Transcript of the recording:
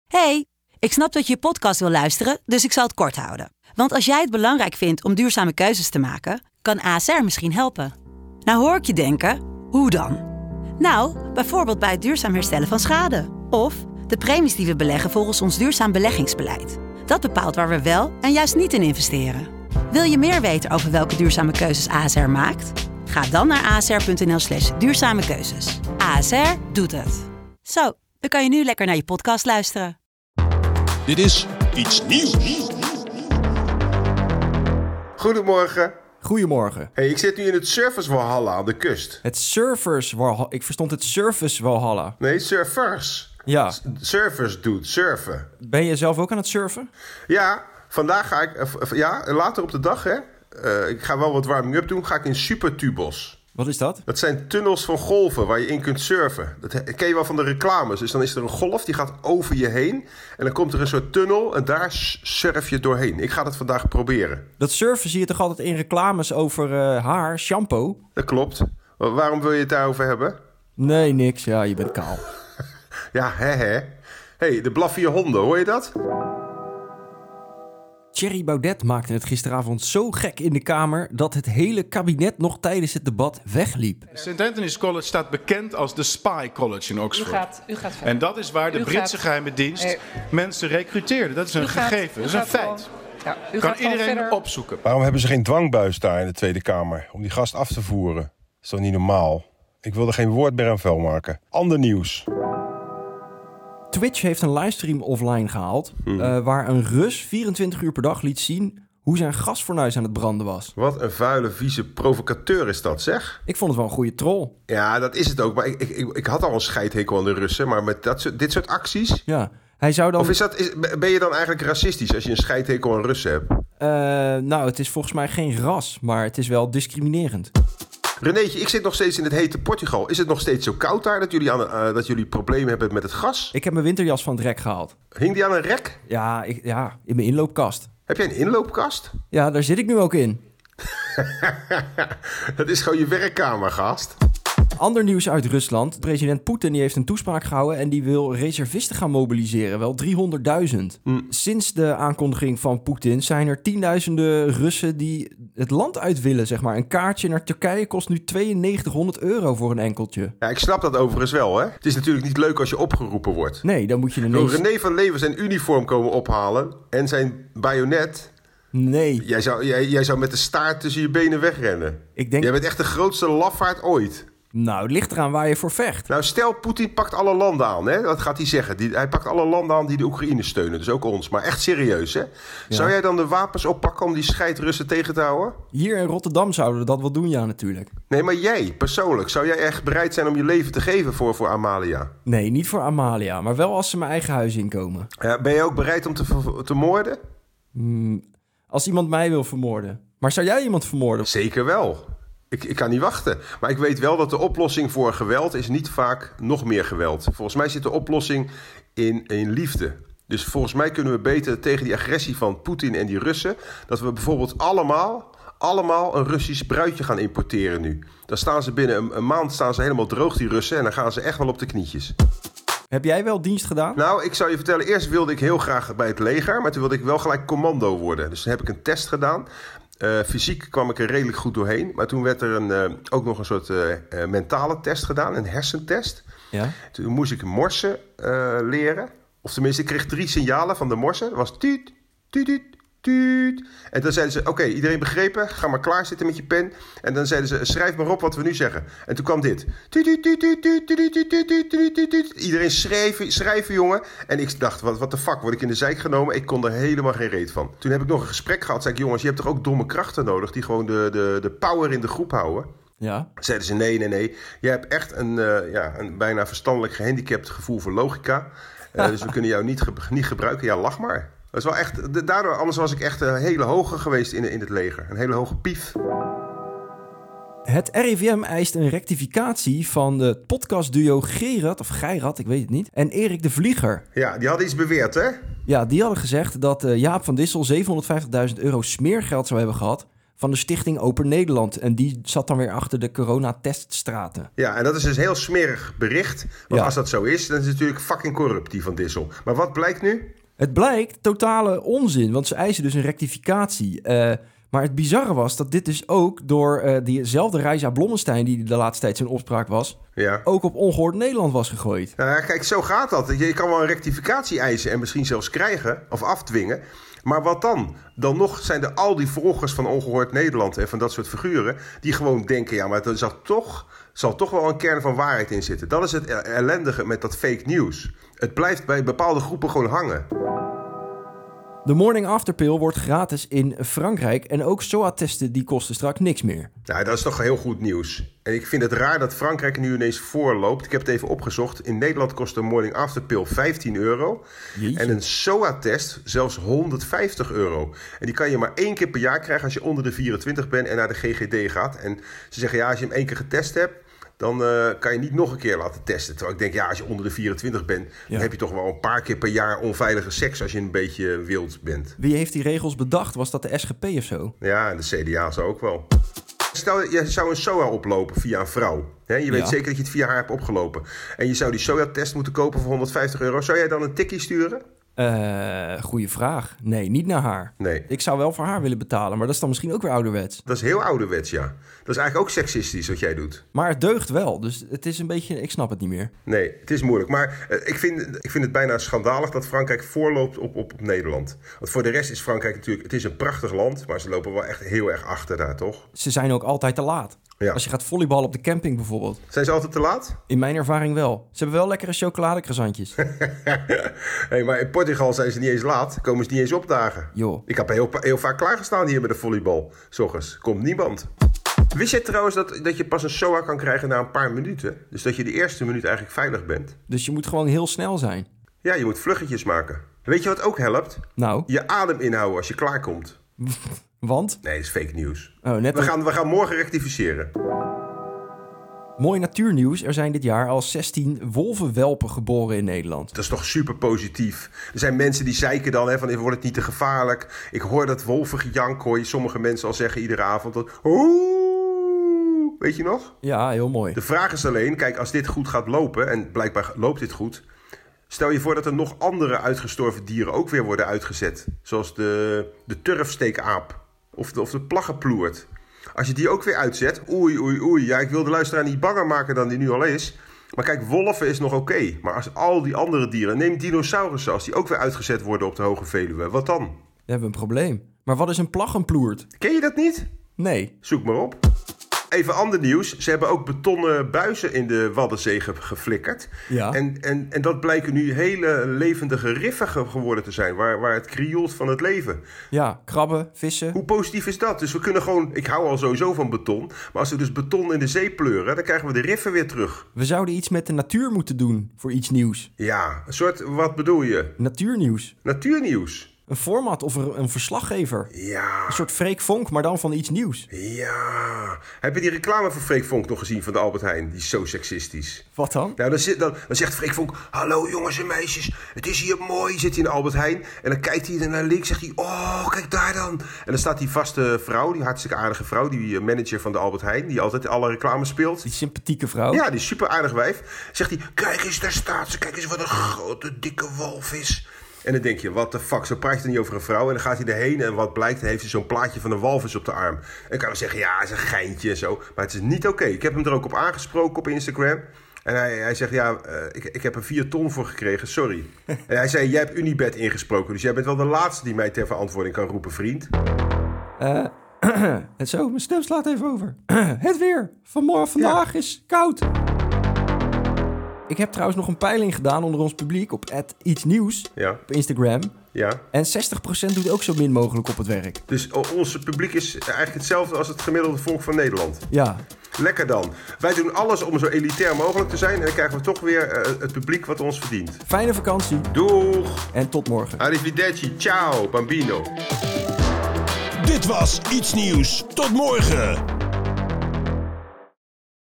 Hey, ik snap dat je je podcast wil luisteren, dus ik zal het kort houden. Want als jij het belangrijk vindt om duurzame keuzes te maken, kan ASR misschien helpen. Nou hoor ik je denken, hoe dan? Nou, bijvoorbeeld bij het duurzaam herstellen van schade. Of de premies die we beleggen volgens ons duurzaam beleggingsbeleid. Dat bepaalt waar we wel en juist niet in investeren. Wil je meer weten over welke duurzame keuzes ASR maakt? Ga dan naar asr.nl/duurzame keuzes. ASR doet het. Zo, dan kan je nu lekker naar je podcast luisteren. Dit is Iets Nieuws. Goedemorgen. Goedemorgen. Hey, ik zit nu in het Surfers Walhalla aan de kust. Het Surfers Walhalla. Ik verstond het Surfers Walhalla. Nee, surfers. Ja. Surfers doet surfen. Ben je zelf ook aan het surfen? Ja, vandaag ga ik... later op de dag, hè. Ik ga wel wat warming-up doen. Ga ik in Supertubos. Wat is dat? Dat zijn tunnels van golven waar je in kunt surfen. Dat ken je wel van de reclames. Dus dan is er een golf, die gaat over je heen. En dan komt er een soort tunnel en daar surf je doorheen. Ik ga dat vandaag proberen. Dat surfen zie je toch altijd in reclames over haar, shampoo? Dat klopt. Waarom wil je het daarover hebben? Nee, niks. Ja, je bent kaal. Ja, hè. Hey, de blaffende honden, hoor je dat? Thierry Baudet maakte het gisteravond zo gek in de Kamer dat het hele kabinet nog tijdens het debat wegliep. St. Anthony's College staat bekend als de Spy College in Oxford. U gaat verder. En dat is waar de Britse geheime dienst mensen recruteerde. Dat is een gegeven, dat is een feit. Kan iedereen opzoeken. Waarom hebben ze geen dwangbuis daar in de Tweede Kamer om die gast af te voeren? Dat is toch niet normaal? Ik wil er geen woord meer aan vuil maken. Ander nieuws. Twitch heeft een livestream offline gehaald waar een Rus 24 uur per dag liet zien hoe zijn gasfornuis aan het branden was. Wat een vuile, vieze provocateur is dat, zeg. Ik vond het wel een goede troll. Ja, dat is het ook. Maar ik had al een scheidhekel aan de Russen. Maar met dit soort acties... Ja, hij zou dan... Of ben je dan eigenlijk racistisch als je een scheidhekel aan Russen hebt? Nou, het is volgens mij geen ras, maar het is wel discriminerend. Renéetje, ik zit nog steeds in het hete Portugal. Is het nog steeds zo koud daar dat jullie problemen hebben met het gas? Ik heb mijn winterjas van het rek gehaald. Hing die aan een rek? Ja, in mijn inloopkast. Heb jij een inloopkast? Ja, daar zit ik nu ook in. Dat is gewoon je werkkamer, gast. Ander nieuws uit Rusland. President Poetin die heeft een toespraak gehouden en die wil reservisten gaan mobiliseren. Wel 300.000. Sinds de aankondiging van Poetin zijn er tienduizenden Russen die het land uit willen, zeg maar. Een kaartje naar Turkije kost nu €9200 voor een enkeltje. Ja, ik snap dat overigens wel, hè. Het is natuurlijk niet leuk als je opgeroepen wordt. Nee, dan moet je ineens... René van Leeuwen zijn uniform komen ophalen en zijn bajonet... Nee. Jij zou met de staart tussen je benen wegrennen. Jij bent echt de grootste lafaard ooit. Nou, het ligt eraan waar je voor vecht. Nou, stel, Poetin pakt alle landen aan, hè? Dat gaat hij zeggen. Hij pakt alle landen aan die de Oekraïne steunen, dus ook ons. Maar echt serieus, hè? Ja. Zou jij dan de wapens oppakken om die scheidrussen tegen te houden? Hier in Rotterdam zouden we dat wel doen, ja, natuurlijk. Nee, maar jij, persoonlijk, zou jij echt bereid zijn om je leven te geven voor Amalia? Nee, niet voor Amalia, maar wel als ze mijn eigen huis inkomen. Ben je ook bereid om te moorden? Als iemand mij wil vermoorden. Maar zou jij iemand vermoorden? Zeker wel. Ik kan niet wachten. Maar ik weet wel dat de oplossing voor geweld is niet vaak nog meer geweld. Volgens mij zit de oplossing in liefde. Dus volgens mij kunnen we beter tegen die agressie van Poetin en die Russen... dat we bijvoorbeeld allemaal een Russisch bruidje gaan importeren nu. Dan staan ze binnen een maand helemaal droog, die Russen... en dan gaan ze echt wel op de knietjes. Heb jij wel dienst gedaan? Nou, ik zou je vertellen, eerst wilde ik heel graag bij het leger... maar toen wilde ik wel gelijk commando worden. Dus toen heb ik een test gedaan... fysiek kwam ik er redelijk goed doorheen. Maar toen werd er ook nog een soort mentale test gedaan. Een hersentest. Ja. Toen moest ik morsen leren. Of tenminste, ik kreeg 3 signalen van de morsen. Dat was tuut, tuut, tuut, tuut. En dan zeiden ze, oké, iedereen begrepen? Ga maar klaarzitten met je pen. En dan zeiden ze, schrijf maar op wat we nu zeggen. En toen kwam dit. Tuut, tuut, tuut, tuut, tuut, tuut, tuut, tuut, tuut, tuut, tuut. Iedereen schrijven, jongen. En ik dacht, wat de fuck, word ik in de zeik genomen? Ik kon er helemaal geen reet van. Toen heb ik nog een gesprek gehad. Zei ik, jongens, je hebt toch ook domme krachten nodig... die gewoon de power in de groep houden? Ja. Zeiden ze, nee. Jij hebt echt een bijna verstandelijk gehandicapt gevoel voor logica. Dus we kunnen jou niet gebruiken. Ja, lach maar. Dat is wel echt, daardoor, anders was ik echt een hele hoge geweest in het leger. Een hele hoge pief. Het RIVM eist een rectificatie van de podcastduo Geirat, ik weet het niet, en Erik de Vlieger. Ja, die hadden iets beweerd, hè? Ja, die hadden gezegd dat Jaap van Dissel €750.000 smeergeld zou hebben gehad van de Stichting Open Nederland. En die zat dan weer achter de coronateststraten. Ja, en dat is dus een heel smerig bericht. Want als dat zo is, dan is het natuurlijk fucking corrupt, die Van Dissel. Maar wat blijkt nu? Het blijkt totale onzin, want ze eisen dus een rectificatie. Maar het bizarre was dat dit dus ook door diezelfde Reisa Blommestein, die de laatste tijd zijn opspraak was, ook op Ongehoord Nederland was gegooid. Nou ja, kijk, zo gaat dat. Je kan wel een rectificatie eisen en misschien zelfs krijgen of afdwingen. Maar wat dan? Dan nog zijn er al die volgers van Ongehoord Nederland en van dat soort figuren die gewoon denken, ja, maar er zal toch wel een kern van waarheid in zitten. Dat is het ellendige met dat fake news. Het blijft bij bepaalde groepen gewoon hangen. De morning after pill wordt gratis in Frankrijk en ook SOA-testen die kosten straks niks meer. Nou, dat is toch heel goed nieuws. En ik vind het raar dat Frankrijk nu ineens voorloopt. Ik heb het even opgezocht. In Nederland kost een morning after pill €15. Jeetje. En een SOA-test zelfs €150. En die kan je maar 1 keer per jaar krijgen als je onder de 24 bent en naar de GGD gaat. En ze zeggen, ja, als je hem 1 keer getest hebt, dan kan je niet nog een keer laten testen. Terwijl ik denk, ja, als je onder de 24 bent, dan heb je toch wel een paar keer per jaar onveilige seks als je een beetje wild bent. Wie heeft die regels bedacht? Was dat de SGP of zo? Ja, en de CDA zou ook wel. Stel, je zou een SOA oplopen via een vrouw. Je weet zeker dat je het via haar hebt opgelopen. En je zou die SOA-test moeten kopen voor €150. Zou jij dan een tikkie sturen? Goeie vraag. Nee, niet naar haar. Nee. Ik zou wel voor haar willen betalen, maar dat is dan misschien ook weer ouderwets. Dat is heel ouderwets, ja. Dat is eigenlijk ook seksistisch wat jij doet. Maar het deugt wel, dus het is een beetje... Ik snap het niet meer. Nee, het is moeilijk. Maar ik vind het bijna schandalig dat Frankrijk voorloopt op Nederland. Want voor de rest is Frankrijk natuurlijk... Het is een prachtig land, maar ze lopen wel echt heel erg achter daar, toch? Ze zijn ook altijd te laat. Ja. Als je gaat volleyballen op de camping bijvoorbeeld. Zijn ze altijd te laat? In mijn ervaring wel. Ze hebben wel lekkere chocoladecroissantjes. Hey, maar in Portugal zijn ze niet eens laat. Komen ze niet eens opdagen. Joh. Ik heb heel vaak klaargestaan hier met de volleybal. 's Ochtends. Komt niemand. Wist je trouwens dat je pas een SOA kan krijgen na een paar minuten? Dus dat je de eerste minuut eigenlijk veilig bent. Dus je moet gewoon heel snel zijn? Ja, je moet vluggetjes maken. Weet je wat ook helpt? Nou? Je adem inhouden als je klaarkomt. Want? Nee, dat is fake nieuws. Oh, we gaan morgen rectificeren. Mooi natuurnieuws. Er zijn dit jaar al 16 wolvenwelpen geboren in Nederland. Dat is toch super positief. Er zijn mensen die zeiken dan, van wordt het niet te gevaarlijk. Ik hoor dat wolvengejank, hoor je sommige mensen al zeggen iedere avond. Dat, oeh, weet je nog? Ja, heel mooi. De vraag is alleen, kijk, als dit goed gaat lopen, en blijkbaar loopt dit goed, stel je voor dat er nog andere uitgestorven dieren ook weer worden uitgezet. Zoals de turfsteekaap of de plaggenploert. Als je die ook weer uitzet, oei. Ja, ik wil de luisteraar niet banger maken dan die nu al is. Maar kijk, wolven is nog oké. Maar als al die andere dieren, neem dinosaurussen, als die ook weer uitgezet worden op de Hoge Veluwe, wat dan? We hebben een probleem. Maar wat is een plaggenploert? Ken je dat niet? Nee. Zoek maar op. Even ander nieuws. Ze hebben ook betonnen buizen in de Waddenzee geflikkerd. Ja. En dat blijken nu hele levendige riffen geworden te zijn. Waar het krioelt van het leven. Ja, krabben, vissen. Hoe positief is dat? Dus we kunnen gewoon... Ik hou al sowieso van beton. Maar als we dus beton in de zee pleuren, dan krijgen we de riffen weer terug. We zouden iets met de natuur moeten doen voor iets nieuws. Ja, een soort... Wat bedoel je? Natuurnieuws. Natuurnieuws. Een format of een verslaggever. Ja. Een soort Freek Vonk, maar dan van iets nieuws. Ja. Heb je die reclame van Freek Vonk nog gezien van de Albert Heijn? Die is zo seksistisch. Wat dan? Nou, dan zegt Freek Vonk... Hallo jongens en meisjes, het is hier mooi. Zit hij in de Albert Heijn. En dan kijkt hij naar links, zegt hij... Oh, kijk daar dan. En dan staat die vaste vrouw, die hartstikke aardige vrouw... die manager van de Albert Heijn, die altijd alle reclames speelt. Die sympathieke vrouw. Ja, die super aardig wijf. Zegt hij, kijk eens, daar staat ze. Kijk eens wat een grote, dikke walvis. En dan denk je, what the fuck, zo praat je er niet over een vrouw. En dan gaat hij erheen en wat blijkt, dan heeft hij zo'n plaatje van een walvis op de arm. En dan kan hij zeggen, ja, het is een geintje en zo. Maar het is niet oké. Ik heb hem er ook op aangesproken op Instagram. En hij zegt, ja, ik heb er 4 ton voor gekregen, sorry. En hij zei, jij hebt Unibet ingesproken. Dus jij bent wel de laatste die mij ter verantwoording kan roepen, vriend. En zo, mijn stem slaat even over. Het weer. Vandaag is koud. Ik heb trouwens nog een peiling gedaan onder ons publiek op @ietsnieuws op Instagram. Ja. En 60% doet ook zo min mogelijk op het werk. Dus ons publiek is eigenlijk hetzelfde als het gemiddelde volk van Nederland. Ja. Lekker dan. Wij doen alles om zo elitair mogelijk te zijn. En dan krijgen we toch weer het publiek wat ons verdient. Fijne vakantie. Doeg. En tot morgen. Arrivederci. Ciao, bambino. Dit was Iets Nieuws. Tot morgen.